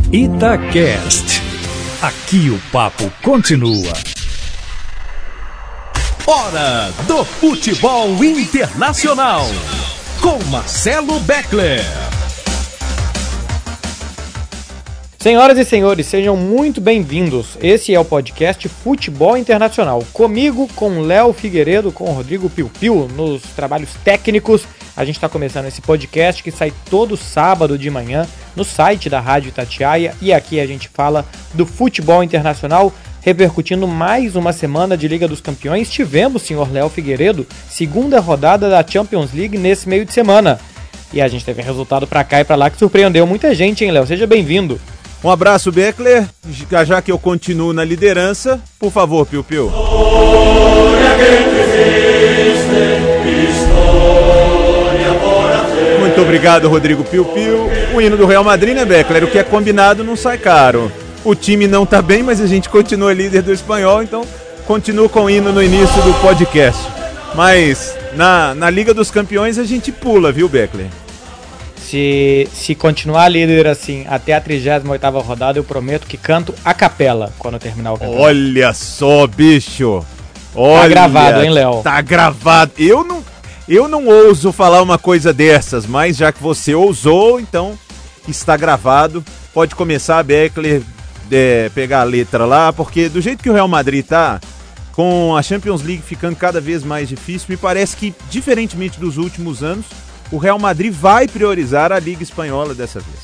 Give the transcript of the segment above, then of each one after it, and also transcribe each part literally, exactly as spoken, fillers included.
Itacast. Aqui o papo continua. Hora do futebol internacional com Marcelo Beckler. Senhoras e senhores, sejam muito bem-vindos. Esse é o podcast Futebol Internacional. Comigo, com Léo Figueiredo, com Rodrigo Piu Piu nos trabalhos técnicos. A gente está começando esse podcast que sai todo sábado de manhã no site da Rádio Itatiaia. E aqui a gente fala do futebol internacional, repercutindo mais uma semana de Liga dos Campeões. Tivemos, senhor Léo Figueiredo, segunda rodada da Champions League nesse meio de semana. E a gente teve resultado pra cá e pra lá que surpreendeu muita gente, hein, Léo? Seja bem-vindo. Um abraço, Beckler. Já, já que eu continuo na liderança, por favor, Piu Piu. Muito obrigado, Rodrigo Piu Piu. O hino do Real Madrid, né, Beckler? O que é combinado não sai caro. O time não tá bem, mas a gente continua líder do espanhol, então continuo com o hino no início do podcast. Mas na, na Liga dos Campeões a gente pula, viu, Beckler? Se, se continuar líder assim até a trigésima oitava rodada, eu prometo que canto a capela quando terminar o campeonato. Olha só, bicho! Olha, tá gravado, hein, Léo? Tá gravado. Eu não, eu não ouso falar uma coisa dessas, mas já que você ousou, então está gravado. Pode começar, Beckler, é, pegar a letra lá, porque do jeito que o Real Madrid tá, com a Champions League ficando cada vez mais difícil, me parece que, diferentemente dos últimos anos, o Real Madrid vai priorizar a Liga Espanhola dessa vez.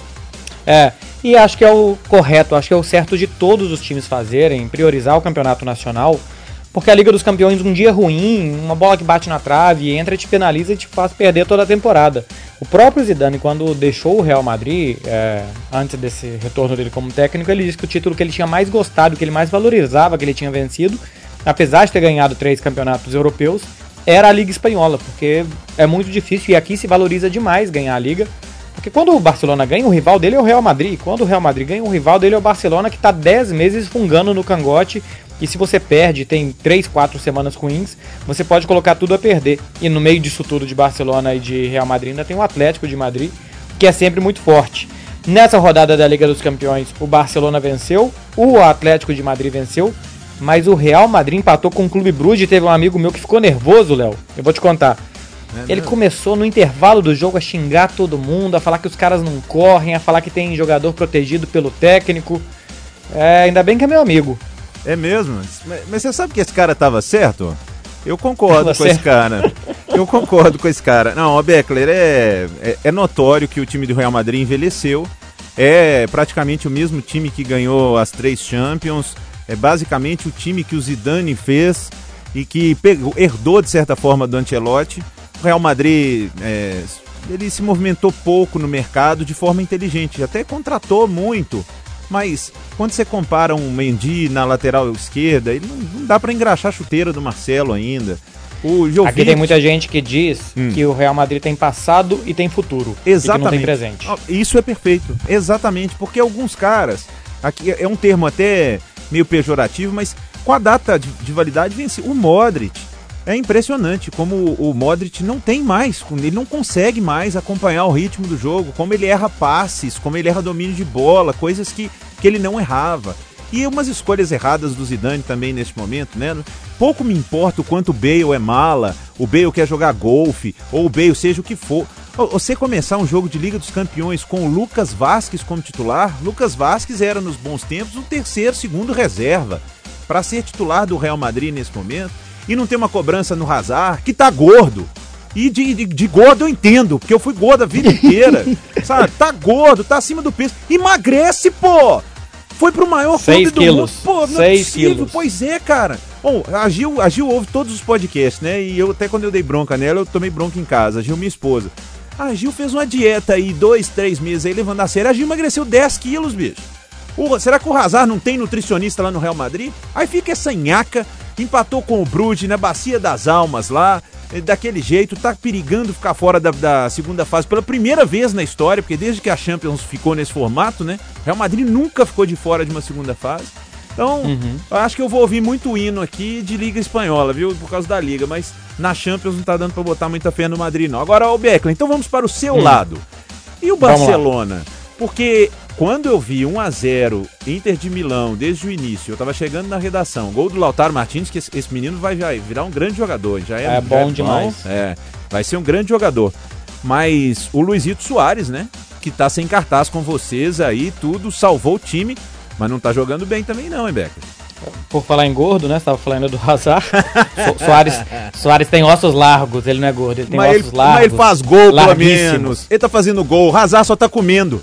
É, e acho que é o correto, acho que é o certo de todos os times fazerem, priorizar o campeonato nacional, porque a Liga dos Campeões, um dia ruim, uma bola que bate na trave, entra, te penaliza e te faz perder toda a temporada. O próprio Zidane, quando deixou o Real Madrid, é, antes desse retorno dele como técnico, ele disse que o título que ele tinha mais gostado, que ele mais valorizava, que ele tinha vencido, apesar de ter ganhado três campeonatos europeus, era a Liga Espanhola, porque é muito difícil e aqui se valoriza demais ganhar a Liga, porque quando o Barcelona ganha, o rival dele é o Real Madrid, quando o Real Madrid ganha, o rival dele é o Barcelona, que está dez meses fungando no cangote, e se você perde, tem três, quatro semanas ruins, você pode colocar tudo a perder, e no meio disso tudo de Barcelona e de Real Madrid ainda tem o Atlético de Madrid, que é sempre muito forte. Nessa rodada da Liga dos Campeões, o Barcelona venceu, o Atlético de Madrid venceu, mas o Real Madrid empatou com o Clube Brugge. Teve um amigo meu que ficou nervoso, Léo. Eu vou te contar. É Ele mesmo? Começou no intervalo do jogo a xingar todo mundo, a falar que os caras não correm, a falar que tem jogador protegido pelo técnico. É, ainda bem que é meu amigo. É mesmo? Mas, mas você sabe que esse cara tava certo? Eu concordo tava com certo. esse cara. Eu concordo com esse cara. Não, o Beckler, é, é, é notório que o time do Real Madrid envelheceu. É praticamente o mesmo time que ganhou as três Champions. É basicamente o time que o Zidane fez e que pegou, herdou de certa forma do Ancelotti. O Real Madrid é, ele se movimentou pouco no mercado de forma inteligente, até contratou muito, mas quando você compara um Mendy na lateral esquerda, ele não, não dá para engraxar a chuteira do Marcelo ainda. O Jovic... Aqui tem muita gente que diz hum. que o Real Madrid tem passado e tem futuro, exatamente. E que não tem presente. Isso é perfeito, exatamente, porque alguns caras, aqui é um termo até meio pejorativo, mas com a data de, de validade vence. O Modric, é impressionante como o, o Modric não tem mais, ele não consegue mais acompanhar o ritmo do jogo, como ele erra passes, como ele erra domínio de bola, coisas que, que ele não errava. E umas escolhas erradas do Zidane também neste momento, né? Pouco me importa o quanto o Bale é mala, o Bale quer jogar golfe, ou o Bale seja o que for. Você começar um jogo de Liga dos Campeões com o Lucas Vázquez como titular, Lucas Vázquez era nos bons tempos o terceiro, segundo reserva, para ser titular do Real Madrid nesse momento, e não ter uma cobrança no Hazard, que tá gordo. E de, de, de gordo eu entendo, porque eu fui gordo a vida inteira, sabe? Tá gordo, tá acima do peso, emagrece, pô! Foi pro maior clube do mundo. Pô, não é possível. Pois é, cara. Bom, a Gil, a Gil ouve todos os podcasts, né? E eu até quando eu dei bronca nela, eu tomei bronca em casa. A Gil, minha esposa. A Gil fez uma dieta aí, dois, três meses aí, levando a sério. A Gil emagreceu dez quilos, bicho. O, será que o Hazard não tem nutricionista lá no Real Madrid? Aí fica essa nhaca, empatou com o Brugge na Bacia das Almas lá, daquele jeito, tá perigando ficar fora da, da segunda fase pela primeira vez na história, porque desde que a Champions ficou nesse formato, né? O Real Madrid nunca ficou de fora de uma segunda fase. Então, uhum. eu acho que eu vou ouvir muito hino aqui de Liga Espanhola, viu? Por causa da Liga, mas na Champions não tá dando pra botar muita fé no Madrid, não. Agora, o Beckler, então vamos para o seu hum. lado. E o Barcelona? Porque quando eu vi um a zero Inter de Milão desde o início, eu tava chegando na redação, gol do Lautaro Martins, que esse, esse menino vai já virar um grande jogador, já é, é já bom é demais. Bom, é, vai ser um grande jogador. Mas o Luizito Soares, né, que tá sem cartaz com vocês aí, tudo, salvou o time, mas não tá jogando bem também não, hein, Becker? Por falar em gordo, né? Você tava falando do Hazard. So, Soares, Soares tem ossos largos, ele não é gordo, ele tem mas ossos ele, largos. Mas ele faz gol, pelo menos. Ele tá fazendo gol, o Hazard só tá comendo.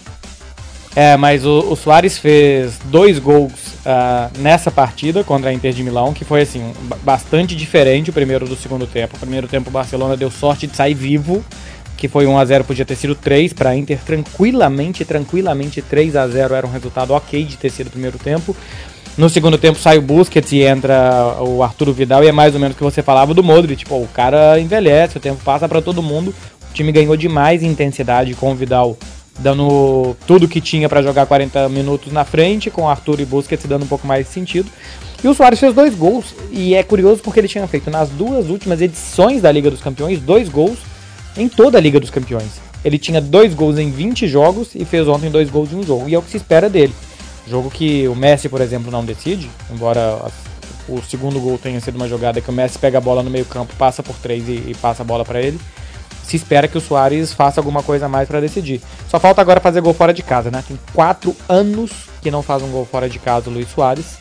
É, mas o, o Soares fez dois gols uh, nessa partida contra a Inter de Milão, que foi, assim, bastante diferente o primeiro do segundo tempo. O primeiro tempo o Barcelona deu sorte de sair vivo, que foi um a zero, podia ter sido três para a Inter, tranquilamente, tranquilamente três a zero era um resultado ok de ter sido o primeiro tempo. No segundo tempo sai o Busquets e entra o Arturo Vidal, e é mais ou menos o que você falava do Modric. Pô, o cara envelhece, o tempo passa para todo mundo. O time ganhou demais em intensidade com o Vidal dando tudo que tinha para jogar quarenta minutos na frente, com o Arturo e Busquets dando um pouco mais de sentido. E o Soares fez dois gols, e é curioso porque ele tinha feito nas duas últimas edições da Liga dos Campeões dois gols em toda a Liga dos Campeões. Ele tinha dois gols em vinte jogos e fez ontem dois gols em um jogo, e é o que se espera dele. Jogo que o Messi, por exemplo, não decide, embora o segundo gol tenha sido uma jogada que o Messi pega a bola no meio campo, passa por três e, e passa a bola para ele. Se espera que o Soares faça alguma coisa a mais para decidir. Só falta agora fazer gol fora de casa, né? Tem quatro anos que não faz um gol fora de casa o Luis Soares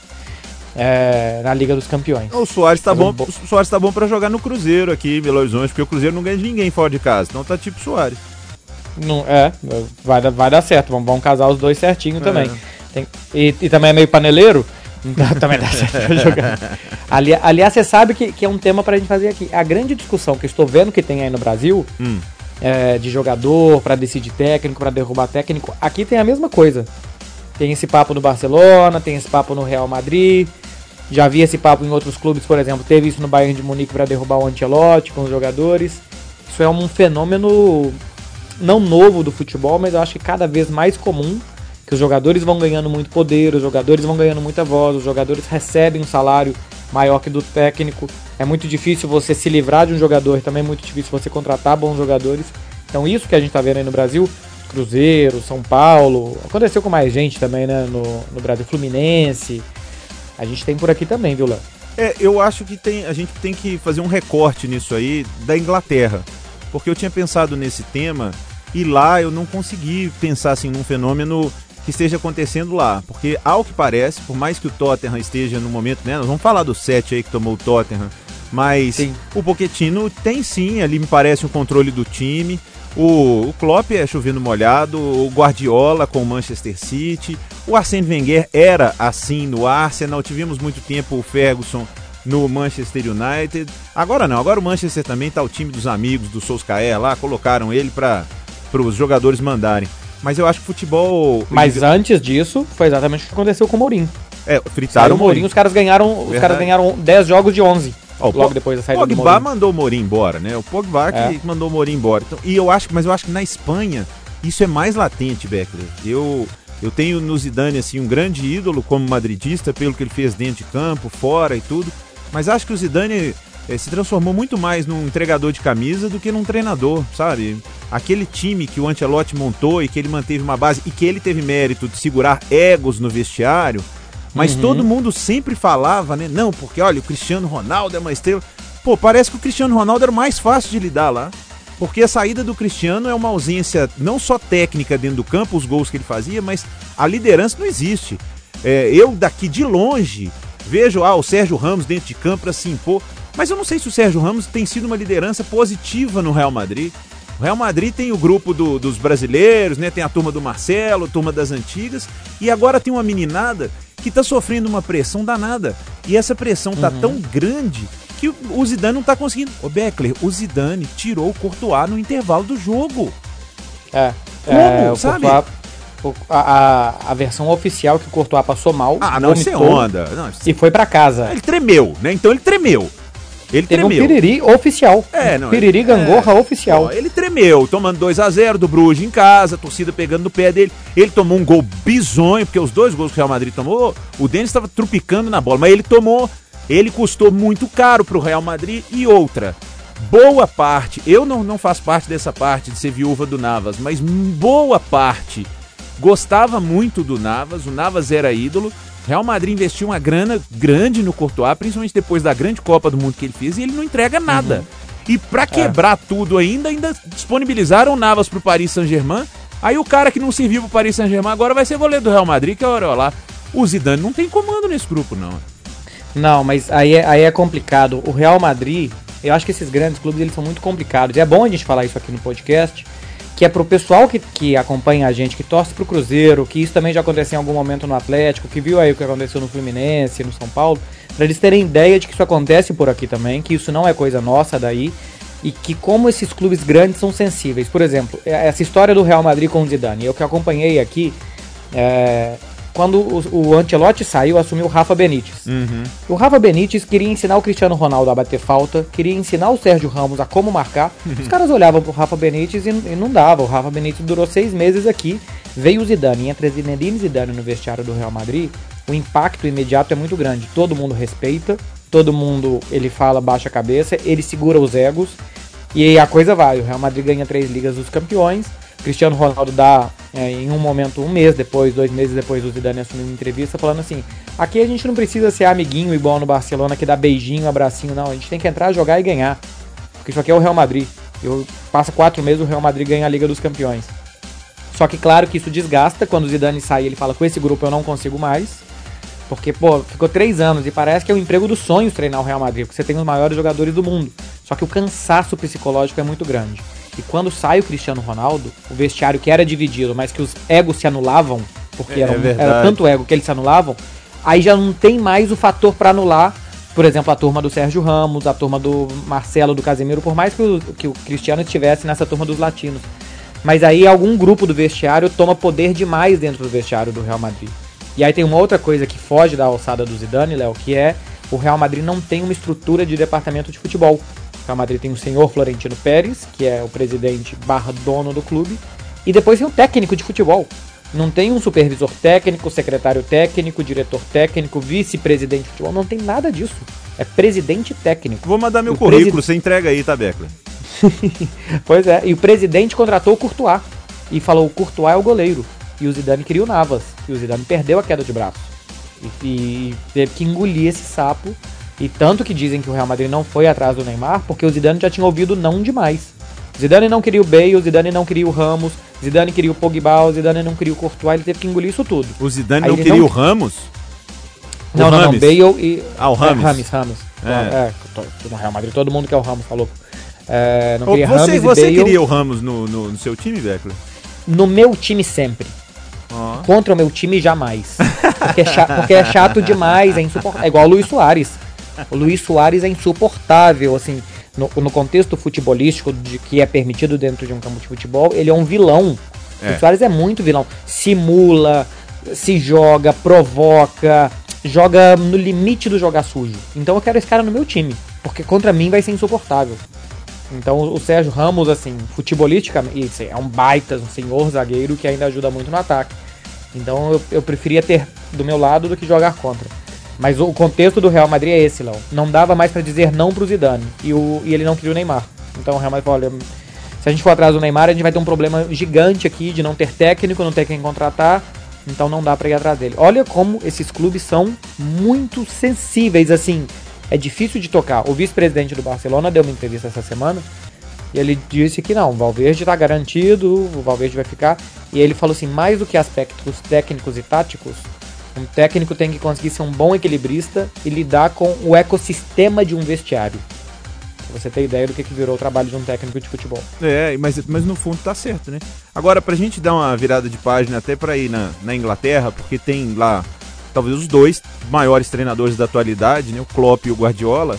é, na Liga dos Campeões. O Soares tá bom, um bo... o Soares tá bom para jogar no Cruzeiro aqui em Belo Horizonte, porque o Cruzeiro não ganha de ninguém fora de casa, então tá tipo Soares. Não, é, vai, vai dar certo, vamos, vamos casar os dois certinho é. também. Tem, e, e também é meio paneleiro, então também dá certo pra jogar. Ali, aliás, você sabe que, que é um tema pra gente fazer aqui. A grande discussão que eu estou vendo que tem aí no Brasil, hum. é, de jogador pra decidir técnico, pra derrubar técnico, aqui tem a mesma coisa. Tem esse papo no Barcelona, tem esse papo no Real Madrid, já vi esse papo em outros clubes, por exemplo, teve isso no Bayern de Munique pra derrubar o Ancelotti com os jogadores. Isso é um fenômeno não novo do futebol, mas eu acho que cada vez mais comum, que os jogadores vão ganhando muito poder, os jogadores vão ganhando muita voz, os jogadores recebem um salário maior que do técnico. É muito difícil você se livrar de um jogador, também é muito difícil você contratar bons jogadores. Então isso que a gente tá vendo aí no Brasil, Cruzeiro, São Paulo, aconteceu com mais gente também, né, no, no Brasil, Fluminense, a gente tem por aqui também, viu, Léo? É, eu acho que tem, a gente tem que fazer um recorte nisso aí da Inglaterra, porque eu tinha pensado nesse tema e lá eu não consegui pensar assim num fenômeno que esteja acontecendo lá, porque ao que parece, por mais que o Tottenham esteja no momento, né, nós vamos falar do sete aí que tomou o Tottenham, mas sim, o Pochettino tem sim, ali me parece um controle do time, o, o Klopp é chovendo molhado, o Guardiola com o Manchester City, o Arsène Wenger era assim no Arsenal, tivemos muito tempo o Ferguson no Manchester United, agora não, agora o Manchester também tá o time dos amigos do Solskjaer lá, colocaram ele para os jogadores mandarem. Mas eu acho que futebol... Mas antes disso, foi exatamente o que aconteceu com o Mourinho. É, fritaram o Mourinho, os caras ganharam, os caras ganharam dez jogos de onze. Oh, logo depois da saída do Mourinho. O Pogba mandou o Mourinho embora, né? O Pogba que é. mandou o Mourinho embora. Então, e eu acho, mas eu acho que na Espanha isso é mais latente, Beckler. Eu, eu tenho no Zidane assim, um grande ídolo como madridista, pelo que ele fez dentro de campo, fora e tudo. Mas acho que o Zidane é, se transformou muito mais num entregador de camisa do que num treinador, sabe? Aquele time que o Ancelotti montou e que ele manteve uma base e que ele teve mérito de segurar egos no vestiário, mas uhum. todo mundo sempre falava, né? Não, porque olha, o Cristiano Ronaldo é uma estrela. Pô, parece que o Cristiano Ronaldo era o mais fácil de lidar lá, porque a saída do Cristiano é uma ausência não só técnica dentro do campo, os gols que ele fazia, mas a liderança não existe. É, eu daqui de longe vejo ah, o Sérgio Ramos dentro de campo para se impor, mas eu não sei se o Sérgio Ramos tem sido uma liderança positiva no Real Madrid. O Real Madrid tem o grupo do, dos brasileiros, né? Tem a turma do Marcelo, a turma das antigas, e agora tem uma meninada que tá sofrendo uma pressão danada. E essa pressão tá uhum. tão grande que o, o Zidane não tá conseguindo. Ô Beckler, o Zidane tirou o Courtois no intervalo do jogo. É. Como, é, o sabe? Courtois, a, a, a versão oficial que o Courtois passou mal. Ah, não, isso é onda. Não, isso... E foi pra casa. Ele tremeu, né? Então ele tremeu. Ele Teve tremeu. um piriri oficial. É, não, piriri gangorra é, oficial. Ó, ele tremeu, tomando dois a zero do Bruges em casa, a torcida pegando no pé dele. Ele tomou um gol bizonho, porque os dois gols que o Real Madrid tomou, o Denis estava trupicando na bola, mas ele tomou, ele custou muito caro pro Real Madrid. E outra, boa parte, eu não, não faço parte dessa parte de ser viúva do Navas, mas boa parte gostava muito do Navas, o Navas era ídolo. Real Madrid investiu uma grana grande no Courtois, principalmente depois da grande Copa do Mundo que ele fez, e ele não entrega nada. Uhum. E pra quebrar é. tudo ainda, ainda disponibilizaram o Navas pro Paris Saint-Germain. Aí o cara que não serviu pro Paris Saint-Germain agora vai ser goleiro do Real Madrid, que é o Areola. O Zidane não tem comando nesse grupo, não. Não, mas aí é, aí é complicado. O Real Madrid, eu acho que esses grandes clubes eles são muito complicados. E é bom a gente falar isso aqui no podcast, que é pro pessoal que, que acompanha a gente, que torce pro Cruzeiro, que isso também já aconteceu em algum momento no Atlético, que viu aí o que aconteceu no Fluminense, no São Paulo, pra eles terem ideia de que isso acontece por aqui também, que isso não é coisa nossa daí, e que como esses clubes grandes são sensíveis. Por exemplo, essa história do Real Madrid com o Zidane, eu que acompanhei aqui, é, quando o, o Ancelotti saiu, assumiu o Rafa Benítez. Uhum. O Rafa Benítez queria ensinar o Cristiano Ronaldo a bater falta, queria ensinar o Sérgio Ramos a como marcar. Uhum. Os caras olhavam pro Rafa Benítez e, e não dava. O Rafa Benítez durou seis meses aqui, veio o Zidane, e entre Zinedine e Zidane no vestiário do Real Madrid, o impacto imediato é muito grande. Todo mundo respeita, todo mundo, ele fala, baixa a cabeça, ele segura os egos, e aí a coisa vai. O Real Madrid ganha três Ligas dos Campeões, Cristiano Ronaldo dá, é, em um momento, um mês depois, dois meses depois, o Zidane assumiu uma entrevista falando assim, aqui a gente não precisa ser amiguinho igual no Barcelona, que dá beijinho, abracinho, não, a gente tem que entrar, jogar e ganhar, porque isso aqui é o Real Madrid. Eu, passa quatro meses, o Real Madrid ganha a Liga dos Campeões. Só que claro que isso desgasta, quando o Zidane sai, ele fala, com esse grupo eu não consigo mais, porque, pô, ficou três anos e parece que é o emprego dos sonhos treinar o Real Madrid, porque você tem os maiores jogadores do mundo. Só que o cansaço psicológico é muito grande. E quando sai o Cristiano Ronaldo, o vestiário que era dividido, mas que os egos se anulavam, porque é, era, um, é era tanto ego que eles se anulavam, aí já não tem mais o fator pra anular, por exemplo, a turma do Sérgio Ramos, a turma do Marcelo, do Casemiro, por mais que o, que o Cristiano estivesse nessa turma dos latinos. Mas aí algum grupo do vestiário toma poder demais dentro do vestiário do Real Madrid. E aí tem uma outra coisa que foge da alçada do Zidane, Léo, que é o Real Madrid não tem uma estrutura de departamento de futebol. O Real Madrid tem o senhor Florentino Pérez, que é o presidente barra dono do clube, e depois tem o técnico de futebol. Não tem um supervisor técnico, secretário técnico, diretor técnico, vice-presidente de futebol, não tem nada disso. É presidente técnico. Vou mandar meu currículo, presid... você entrega aí, tá, Beckler? Pois é, e o presidente contratou o Courtois, e falou, o Courtois é o goleiro. E o Zidane queria o Navas. E o Zidane perdeu a queda de braço. E, e teve que engolir esse sapo. E tanto que dizem que o Real Madrid não foi atrás do Neymar, porque o Zidane já tinha ouvido não demais. O Zidane não queria o Bale, o Zidane não queria o Ramos, o Zidane queria o Pogba, o Zidane não queria o Courtois, ele teve que engolir isso tudo. O Zidane não queria não... o Ramos? Não, o não, Rames. não, Bale e... Ah, o Ramos. É, Rames, Rames. É. é, no Real Madrid todo mundo quer o Ramos, falou. É, não Ô, queria você, Rames você e Bale. queria o Ramos no, no, no seu time, Beckler? No meu time sempre. Oh. Contra o meu time jamais. Porque é chato, porque é chato demais, é insuportável. É igual o Luis Soares. O Luis Soares é insuportável, assim, no, no contexto futebolístico de que é permitido dentro de um campo de futebol, ele é um vilão. É. O Luis Soares é muito vilão. Simula, se joga, provoca, joga no limite do jogar sujo. Então eu quero esse cara no meu time, porque contra mim vai ser insuportável. Então o Sérgio Ramos, assim, futebolisticamente, é um baita, um senhor zagueiro que ainda ajuda muito no ataque. Então eu, eu preferia ter do meu lado do que jogar contra. Mas o contexto do Real Madrid é esse, Léo. Não dava mais pra dizer não pro Zidane. E, o, e ele não queria o Neymar. Então o Real Madrid falou, olha, se a gente for atrás do Neymar, a gente vai ter um problema gigante aqui de não ter técnico, não ter quem contratar. Então não dá pra ir atrás dele. Olha como esses clubes são muito sensíveis, assim. É difícil de tocar. O vice-presidente do Barcelona deu uma entrevista essa semana e ele disse que não, o Valverde tá garantido, o Valverde vai ficar. E ele falou assim, mais do que aspectos técnicos e táticos, um técnico tem que conseguir ser um bom equilibrista e lidar com o ecossistema de um vestiário. Pra você ter ideia do que, que virou o trabalho de um técnico de futebol. É, mas, mas no fundo tá certo, né? Agora, pra gente dar uma virada de página até pra ir na, na Inglaterra, porque tem lá talvez os dois maiores treinadores da atualidade, né? O Klopp e o Guardiola.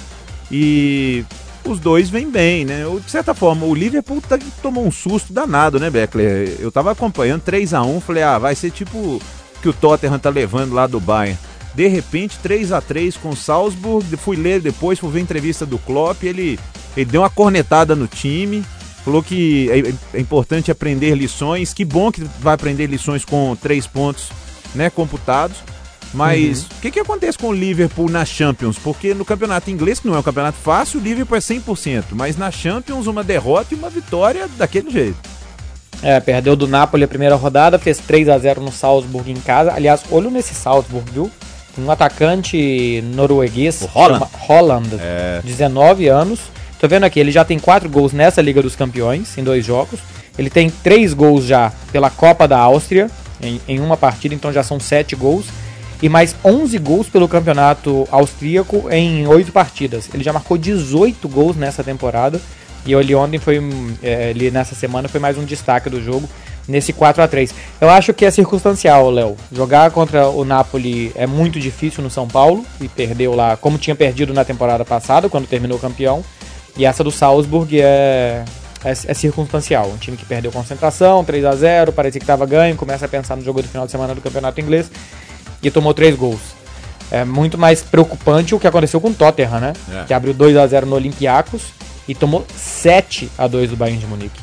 E os dois vêm bem, né? De certa forma, o Liverpool tá, tomou um susto danado, né, Beckler? Eu tava acompanhando três a um, falei, ah, vai ser tipo que o Tottenham tá levando lá do Bayern. De repente, três a três com o Salzburg, fui ler depois, fui ver a entrevista do Klopp, ele, ele deu uma cornetada no time, falou que é, é importante aprender lições, que bom que vai aprender lições com três pontos, né, computados. Mas o uhum. que, que acontece com o Liverpool na Champions? Porque no campeonato inglês, que não é um campeonato fácil, o Liverpool é cem por cento. Mas na Champions, uma derrota e uma vitória daquele jeito. É, perdeu do Napoli a primeira rodada, fez três a zero no Salzburg em casa. Aliás, olho nesse Salzburg, viu? Tem um atacante norueguês, o Holland, chama Holland é. dezenove anos. Tô vendo aqui, ele já tem quatro gols nessa Liga dos Campeões, em dois jogos. Ele tem três gols já pela Copa da Áustria, em, em uma partida, então já são sete gols. E mais onze gols pelo campeonato austríaco em oito partidas. Ele já marcou dezoito gols nessa temporada. E ele ontem foi, é, ele nessa semana foi mais um destaque do jogo, nesse quatro a três. Eu acho que é circunstancial, Léo. Jogar contra o Napoli é muito difícil no São Paulo, e perdeu lá, como tinha perdido na temporada passada, quando terminou campeão. E essa do Salzburg é, é, é circunstancial. Um time que perdeu concentração, três a zero, parecia que estava ganho, começa a pensar no jogo do final de semana do campeonato inglês, e tomou três gols. É muito mais preocupante o que aconteceu com o Tottenham, né? É. Que abriu dois a zero no Olympiacos e tomou sete a dois do Bayern de Munique.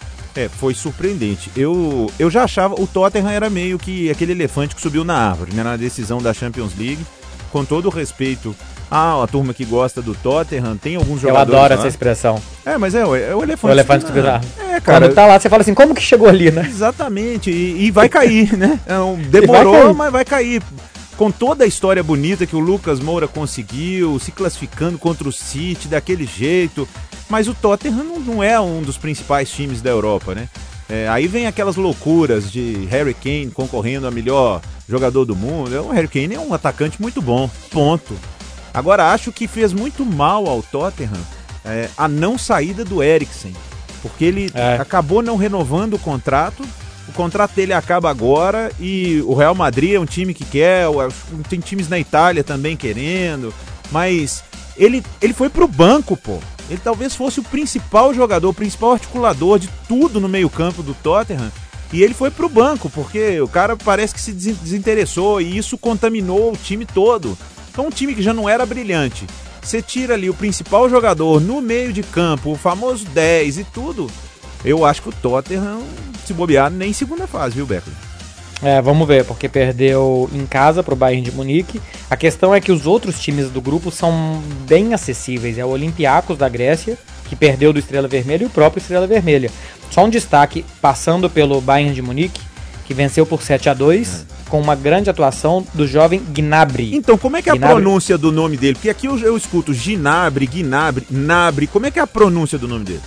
É, foi surpreendente. Eu, eu já achava, o Tottenham era meio que aquele elefante que subiu na árvore, né, na decisão da Champions League. Com todo o respeito à a turma que gosta do Tottenham, tem alguns jogadores. Eu adoro lá. Essa expressão. É, mas é, é o elefante, o elefante que subiu na árvore. É, cara. Quando tá lá, você fala assim, como que chegou ali, né? Exatamente, e, e vai cair, né? Demorou, vai mas vai cair. Com toda a história bonita que o Lucas Moura conseguiu, se classificando contra o City daquele jeito. Mas o Tottenham não, não é um dos principais times da Europa, né? É, aí vem aquelas loucuras de Harry Kane concorrendo a melhor jogador do mundo. O Harry Kane é um atacante muito bom, ponto. Agora, acho que fez muito mal ao Tottenham é, a não saída do Eriksen, porque ele é. acabou não renovando o contrato. O contrato dele acaba agora e o Real Madrid é um time que quer, tem times na Itália também querendo, mas ele, ele foi pro banco, pô. Ele talvez fosse o principal jogador, o principal articulador de tudo no meio-campo do Tottenham, e ele foi pro banco, porque o cara parece que se desinteressou e isso contaminou o time todo. Então um time que já não era brilhante, você tira ali o principal jogador no meio de campo, o famoso dez e tudo, eu acho que o Tottenham, se bobear, nem segunda fase, viu, Beckler? É, vamos ver, porque perdeu em casa pro Bayern de Munique. A questão é que os outros times do grupo são bem acessíveis. É o Olympiacos da Grécia, que perdeu do Estrela Vermelha, e o próprio Estrela Vermelha. Só um destaque, passando pelo Bayern de Munique, que venceu por sete a dois, é. com uma grande atuação do jovem Gnabry. Então, como é que é Gnabry? A pronúncia do nome dele? Porque aqui eu, eu escuto Gnabry, Gnabry, Gnabry. Como é que é a pronúncia do nome dele?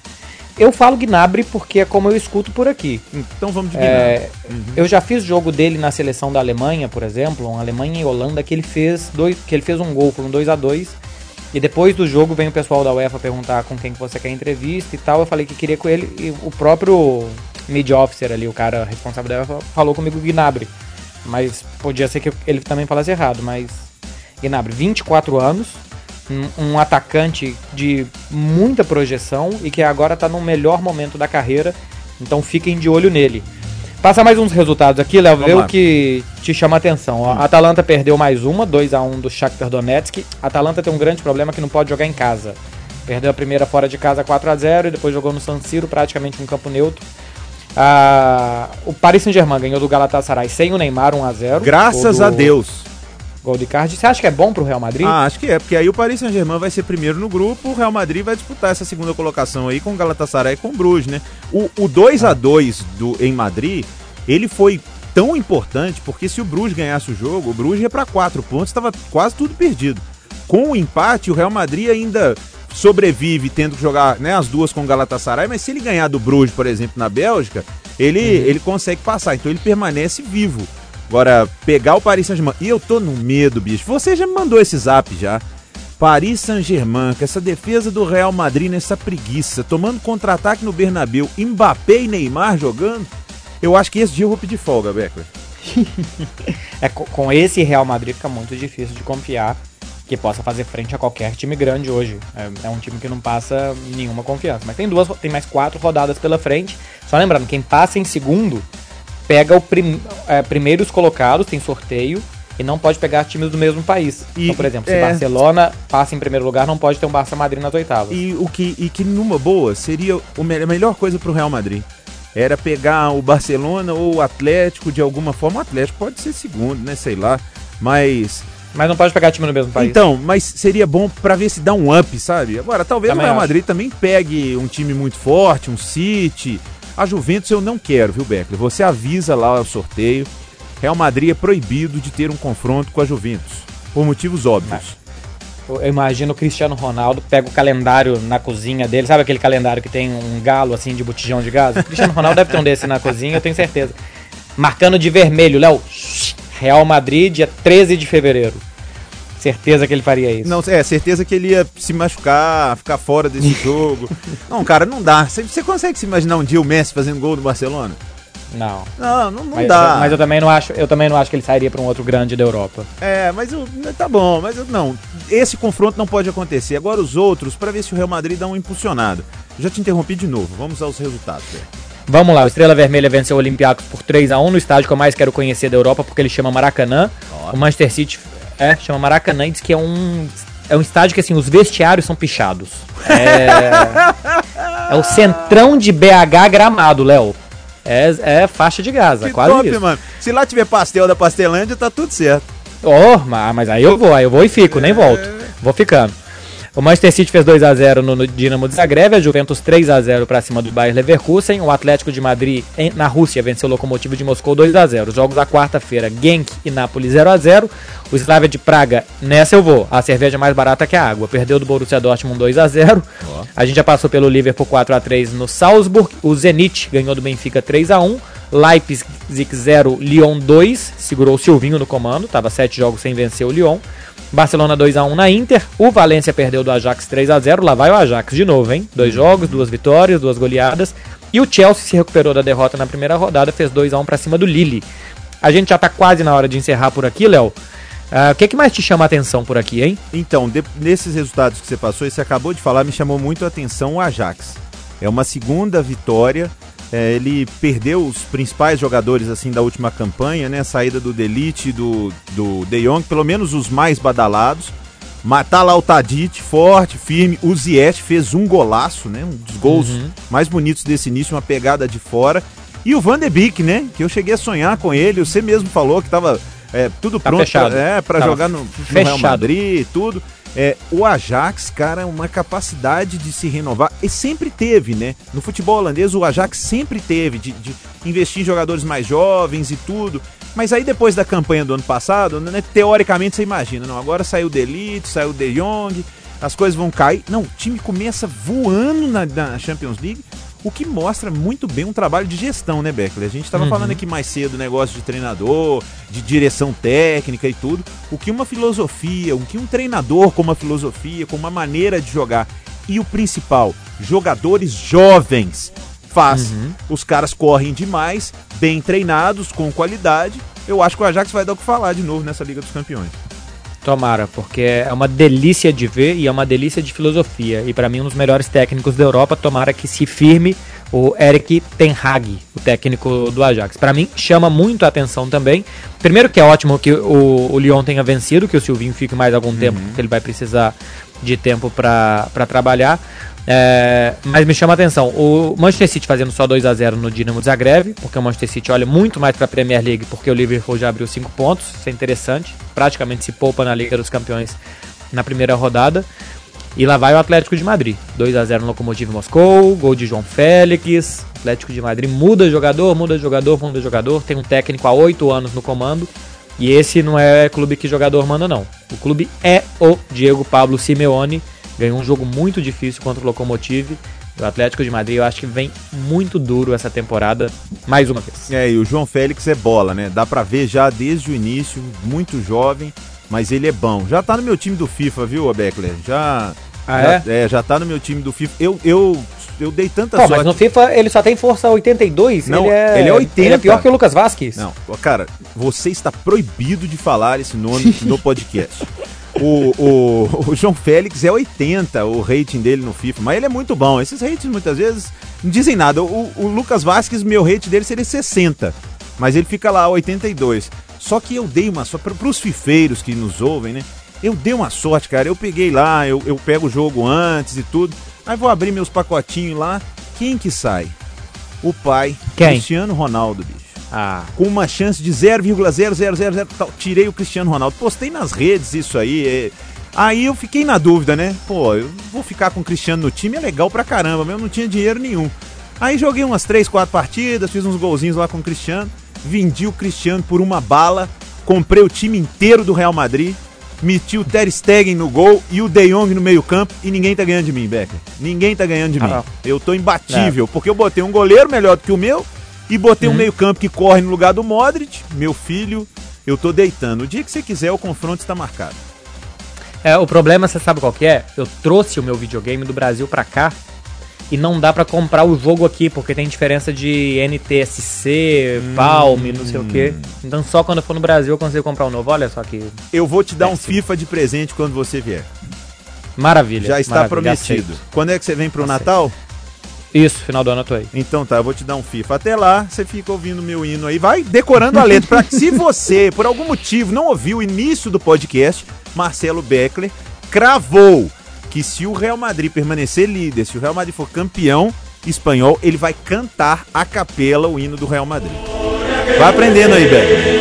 Eu falo Gnabry porque é como eu escuto por aqui. Então vamos de Gnabry. É, uhum. Eu já fiz jogo dele na seleção da Alemanha, por exemplo, uma Alemanha e Holanda, que ele fez dois, que ele fez um gol, foi um dois a dois. E depois do jogo vem o pessoal da UEFA perguntar com quem que você quer entrevista e tal. Eu falei que queria com ele, e o próprio media officer ali, o cara responsável da UEFA, falou comigo Gnabry. Mas podia ser que ele também falasse errado, mas Gnabry, vinte e quatro anos, um, um atacante de muita projeção e que agora está no melhor momento da carreira, então fiquem de olho nele. Passa mais uns resultados aqui, Léo, vê o que te chama a atenção. Hum. A Atalanta perdeu mais uma, dois a um do Shakhtar Donetsk. A Atalanta tem um grande problema que não pode jogar em casa. Perdeu a primeira fora de casa quatro a zero e depois jogou no San Siro, praticamente um campo neutro. Ah, o Paris Saint-Germain ganhou do Galatasaray sem o Neymar, um a zero. Graças do... a Deus. Gol de Icardi. Você acha que é bom pro Real Madrid? Ah, acho que é, porque aí o Paris Saint-Germain vai ser primeiro no grupo, o Real Madrid vai disputar essa segunda colocação aí com o Galatasaray e com o Bruges, né? O, o dois a dois do, em Madrid, ele foi tão importante, porque se o Bruges ganhasse o jogo, o Bruges ia para quatro pontos, estava quase tudo perdido. Com o empate, o Real Madrid ainda sobrevive tendo que jogar, né, as duas com o Galatasaray, mas se ele ganhar do Bruges, por exemplo, na Bélgica, ele, uhum. ele consegue passar, então ele permanece vivo. Agora, pegar o Paris Saint-Germain, e eu tô no medo, bicho, você já me mandou esse zap já, Paris Saint-Germain, com essa defesa do Real Madrid nessa preguiça, tomando contra-ataque no Bernabéu, Mbappé e Neymar jogando, eu acho que esse dia eu vou pedir folga, Beckler. É, com esse Real Madrid fica muito difícil de confiar que possa fazer frente a qualquer time grande hoje. É, é um time que não passa nenhuma confiança. Mas tem duas, tem mais quatro rodadas pela frente. Só lembrando, quem passa em segundo pega o prim, é, primeiros colocados, tem sorteio, e não pode pegar times do mesmo país. E, então, por exemplo, se é... Barcelona passa em primeiro lugar, não pode ter um Barça Madrid nas oitavas. E, o que, e que numa boa seria a melhor coisa pro Real Madrid. Era pegar o Barcelona ou o Atlético de alguma forma. O Atlético pode ser segundo, né? Sei lá. Mas... Mas não pode pegar time no mesmo país. Então, mas seria bom pra ver se dá um up, sabe? Agora, talvez também o Real Madrid acho. também pegue um time muito forte, um City. A Juventus eu não quero, viu, Beckler? Você avisa lá o sorteio. Real Madrid é proibido de ter um confronto com a Juventus, por motivos óbvios. Eu imagino o Cristiano Ronaldo pega o calendário na cozinha dele, sabe aquele calendário que tem um galo assim de botijão de gás? O Cristiano Ronaldo deve ter um desse na cozinha, eu tenho certeza. Marcando de vermelho, Léo, Real Madrid, dia treze de fevereiro. Certeza que ele faria isso. Não, é, certeza que ele ia se machucar, ficar fora desse jogo. Não, cara, não dá. Você, você consegue se imaginar um dia o Messi fazendo gol no Barcelona? Não. Não, não, não mas, dá. Mas eu também não acho, eu também não acho que ele sairia para um outro grande da Europa. É, mas eu, tá bom, mas eu, não. Esse confronto não pode acontecer. Agora os outros, para ver se o Real Madrid dá uma impulsionada. Já te interrompi de novo. Vamos aos resultados, velho. Vamos lá, o Estrela Vermelha venceu o Olympiacos por três a um no estádio que eu mais quero conhecer da Europa, porque ele chama Maracanã. Oh. O Manchester City é, chama Maracanã e diz que é um, é um estádio que assim, os vestiários são pichados. É, é o centrão de B H Gramado, Léo. É, é faixa de Gaza, que quase top, isso. Mano. Se lá tiver pastel da Pastelândia, tá tudo certo. Oh, mas aí eu vou, aí eu vou e fico, é... nem volto. Vou ficando. O Manchester City fez dois a zero no, no Dinamo de Zagreb, a Juventus três a zero para cima do Bayer Leverkusen, o Atlético de Madrid em, na Rússia venceu o Lokomotiv de Moscou dois a zero. Os jogos da quarta-feira, Genk e Napoli zero a zero. O Slavia de Praga, nessa eu vou, a cerveja é mais barata que a água, perdeu do Borussia Dortmund dois a zero. Oh. A gente já passou pelo Liverpool quatro a três no Salzburg, o Zenit ganhou do Benfica três a um. Leipzig zero, Lyon dois, segurou o Silvinho no comando, estava sete jogos sem vencer o Lyon. Barcelona dois a um na Inter, o Valência perdeu do Ajax três a zero, lá vai o Ajax de novo, hein? Dois jogos, duas vitórias, duas goleadas. E o Chelsea se recuperou da derrota na primeira rodada, fez dois a um para cima do Lille. A gente já tá quase na hora de encerrar por aqui, Léo. Uh, o que, que mais te chama a atenção por aqui, hein? Então, de, nesses resultados que você passou e você acabou de falar, me chamou muito a atenção o Ajax. É uma segunda vitória. É, ele perdeu os principais jogadores assim da última campanha, né? A saída do De Ligt, do, do De Jong, pelo menos os mais badalados. Matar lá o Tadic, forte, firme. O Ziyech fez um golaço, né? Um dos gols uhum. mais bonitos desse início, uma pegada de fora. E o Van de Beek, né? Que eu cheguei a sonhar com ele. Você mesmo falou que tava é, tudo tá pronto pra, é, para jogar no, no Real Madrid e tudo. É, o Ajax, cara, é uma capacidade de se renovar, e sempre teve, né? No futebol holandês, o Ajax sempre teve, de, de investir em jogadores mais jovens e tudo. Mas aí depois da campanha do ano passado, né, teoricamente você imagina, não, agora saiu o De Ligt, saiu o De Jong, as coisas vão cair. Não, o time começa voando na, na Champions League, o que mostra muito bem um trabalho de gestão, né, Beckler? A gente estava uhum. falando aqui mais cedo, negócio de treinador, de direção técnica e tudo. O que uma filosofia, o que um treinador com uma filosofia, com uma maneira de jogar, e o principal, jogadores jovens faz. Uhum. Os caras correm demais, bem treinados, com qualidade. Eu acho que o Ajax vai dar o que falar de novo nessa Liga dos Campeões. Tomara, porque é uma delícia de ver e é uma delícia de filosofia. E para mim, um dos melhores técnicos da Europa, tomara que se firme o Erik ten Hag, o técnico do Ajax. Para mim, chama muito a atenção também. Primeiro que é ótimo que o, o Lyon tenha vencido, que o Silvinho fique mais algum uhum. tempo, porque ele vai precisar de tempo para trabalhar. É, mas me chama a atenção o Manchester City fazendo só dois a zero no Dinamo de Zagreb, porque o Manchester City olha muito mais para a Premier League, porque o Liverpool já abriu cinco pontos, isso é interessante, praticamente se poupa na Liga dos Campeões na primeira rodada. E lá vai o Atlético de Madrid, dois a zero no Lokomotiv Moscou, gol de João Félix. Atlético de Madrid muda jogador, muda jogador, muda jogador, tem um técnico há oito anos no comando, e esse não é clube que jogador manda não, o clube é o Diego Pablo Simeone. Ganhou um jogo muito difícil contra o Lokomotiv. O Atlético de Madrid, eu acho que vem muito duro essa temporada, mais uma vez. É, e o João Félix é bola, né? Dá pra ver já desde o início, muito jovem, mas ele é bom. Já tá no meu time do FIFA, viu, Beckler? Já, ah, já, é? é, já tá no meu time do FIFA. Eu, eu, eu dei tanta Pô, sorte. Mas no FIFA ele só tem força oitenta e dois. Não, ele é, ele é oitenta. Ele é pior que o Lucas Vasquez. Não, cara, você está proibido de falar esse nome no podcast. O, o, o João Félix é oitenta, o rating dele no FIFA, mas ele é muito bom. Esses ratings muitas vezes não dizem nada. O, o Lucas Vasquez, meu rate dele seria sessenta, mas ele fica lá oitenta e dois. Só que eu dei uma sorte, para os fifeiros que nos ouvem, né? Eu dei uma sorte, cara. Eu peguei lá, eu, eu pego o jogo antes e tudo. Aí vou abrir meus pacotinhos lá. Quem que sai? O pai, Quem? Cristiano Ronaldo, bicho. Ah. Com uma chance de zero vírgula zero zero zero zero, tirei o Cristiano Ronaldo, postei nas redes isso aí, é... aí eu fiquei na dúvida, né, pô, eu vou ficar com o Cristiano no time, é legal pra caramba, mas eu não tinha dinheiro nenhum, Aí joguei umas três, quatro partidas, fiz uns golzinhos lá com o Cristiano, vendi o Cristiano por uma bala, comprei o time inteiro do Real Madrid, meti o Ter Stegen no gol e o De Jong no meio campo e ninguém tá ganhando de mim, Becker. Ninguém tá ganhando de ah, mim. Eu tô imbatível, é. porque eu botei um goleiro melhor do que o meu e botei uhum. um meio campo que corre no lugar do Modric, meu filho, eu tô deitando. O dia que você quiser, o confronto está marcado. É, o problema, você sabe qual que é? Eu trouxe o meu videogame do Brasil pra cá e não dá pra comprar o jogo aqui, porque tem diferença de N T S C, hum, Palm, não sei o quê. Então só quando eu for no Brasil eu consigo comprar o um novo. Olha só que... Eu vou te dar péssimo. um FIFA de presente quando você vier. Maravilha. Já está maravilha, prometido. Aceito. Quando é que você vem pro aceito. Natal? Isso, final do ano eu tô aí. Então tá, eu vou te dar um FIFA. Até lá, você fica ouvindo meu hino aí. Vai decorando a letra. Pra que se você, por algum motivo, não ouviu o início do podcast, Marcelo Beckler cravou que se o Real Madrid permanecer líder, se o Real Madrid for campeão espanhol, ele vai cantar a capela o hino do Real Madrid. Vai aprendendo aí, Beckler.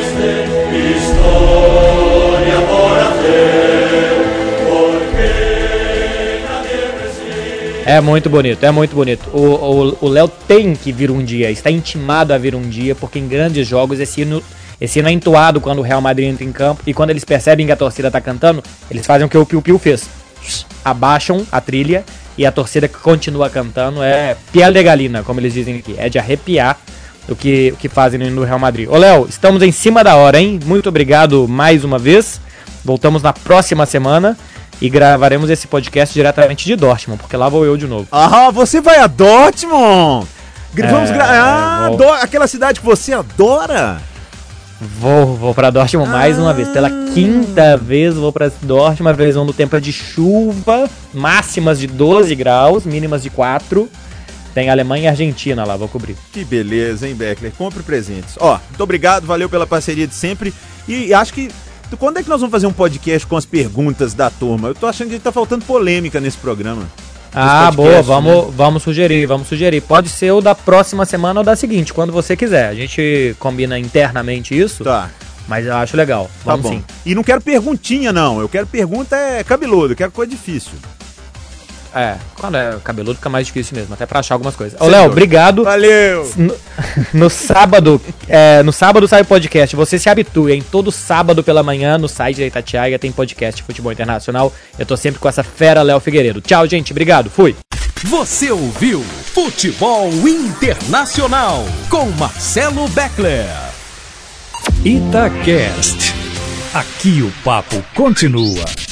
É muito bonito, é muito bonito. O Léo tem que vir um dia, está intimado a vir um dia, porque em grandes jogos esse hino, esse hino é entoado quando o Real Madrid entra em campo, e quando eles percebem que a torcida está cantando, eles fazem o que o Piu Piu fez. Abaixam a trilha e a torcida continua cantando. É piel de galina, como eles dizem aqui. É de arrepiar o que, o que fazem no Real Madrid. Ô Léo, estamos em cima da hora, hein? Muito obrigado mais uma vez. Voltamos na próxima semana e gravaremos esse podcast diretamente de Dortmund, porque lá vou eu de novo. Ah, você vai a Dortmund? Vamos é, gravar. Ah, vou... aquela cidade que você adora? Vou, vou pra Dortmund ah. mais uma vez. Pela quinta vez vou pra Dortmund. Uma previsão do tempo é de chuva, máximas de doze graus, mínimas de quatro. Tem Alemanha e Argentina lá, vou cobrir. Que beleza, hein, Beckler? Compre presentes. Ó, muito obrigado, valeu pela parceria de sempre. E acho que... Quando é que nós vamos fazer um podcast com as perguntas da turma? Eu tô achando que tá faltando polêmica nesse programa. Ah, boa, vamos, né? vamos sugerir, vamos sugerir. Pode ser o da próxima semana ou da seguinte, quando você quiser. A gente combina internamente isso, tá. Mas eu acho legal. Vamos tá bom. Sim. E não quero perguntinha, não. Eu quero pergunta é cabeludo, eu quero coisa difícil. É, quando é cabeludo fica mais difícil mesmo, até pra achar algumas coisas. Ô, Léo, obrigado. Valeu! No, no sábado, é, no sábado sai o podcast. Você se habitue, hein? Todo sábado pela manhã no site da Itatiaia tem podcast de futebol internacional. Eu tô sempre com essa fera Léo Figueiredo. Tchau, gente. Obrigado. Fui. Você ouviu Futebol Internacional com Marcelo Beckler. Itacast. Aqui o papo continua.